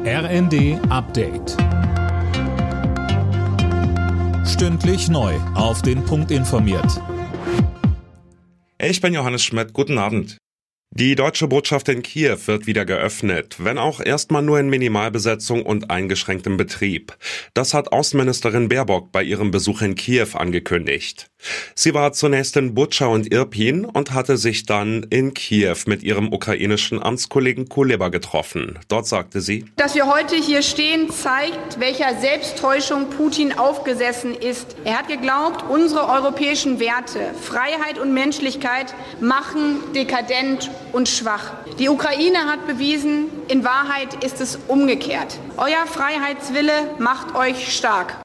RND Update. Stündlich neu auf den Punkt informiert. Ich bin Johannes Schmidt, guten Abend. Die deutsche Botschaft in Kiew wird wieder geöffnet, wenn auch erstmal nur in Minimalbesetzung und eingeschränktem Betrieb. Das hat Außenministerin Baerbock bei ihrem Besuch in Kiew angekündigt. Sie war zunächst in Butscha und Irpin und hatte sich dann in Kiew mit ihrem ukrainischen Amtskollegen Kuleba getroffen. Dort sagte sie: Dass wir heute hier stehen, zeigt, welcher Selbsttäuschung Putin aufgesessen ist. Er hat geglaubt, unsere europäischen Werte, Freiheit und Menschlichkeit machen dekadent und schwach. Die Ukraine hat bewiesen, in Wahrheit ist es umgekehrt. Euer Freiheitswille macht euch stark.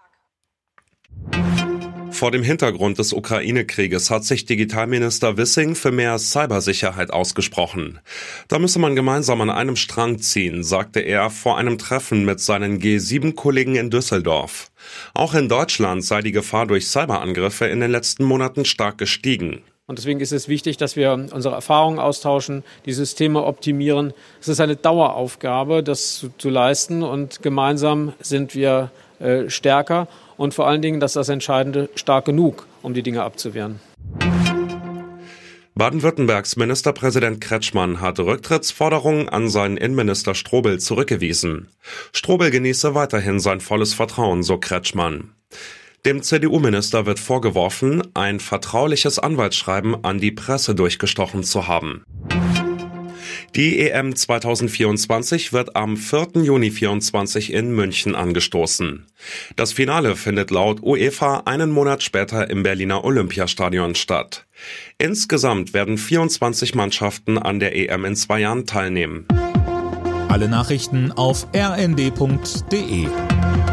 Vor dem Hintergrund des Ukraine-Krieges hat sich Digitalminister Wissing für mehr Cybersicherheit ausgesprochen. Da müsse man gemeinsam an einem Strang ziehen, sagte er vor einem Treffen mit seinen G7-Kollegen in Düsseldorf. Auch in Deutschland sei die Gefahr durch Cyberangriffe in den letzten Monaten stark gestiegen. Und deswegen ist es wichtig, dass wir unsere Erfahrungen austauschen, die Systeme optimieren. Es ist eine Daueraufgabe, das zu leisten, und gemeinsam sind wir stärker und vor allen Dingen, das ist das Entscheidende, stark genug, um die Dinge abzuwehren. Baden-Württembergs Ministerpräsident Kretschmann hat Rücktrittsforderungen an seinen Innenminister Strobel zurückgewiesen. Strobel genieße weiterhin sein volles Vertrauen, so Kretschmann. Dem CDU-Minister wird vorgeworfen, ein vertrauliches Anwaltsschreiben an die Presse durchgestochen zu haben. Die EM 2024 wird am 4. Juni 2024 in München angestoßen. Das Finale findet laut UEFA einen Monat später im Berliner Olympiastadion statt. Insgesamt werden 24 Mannschaften an der EM in 2 Jahren teilnehmen. Alle Nachrichten auf rnd.de.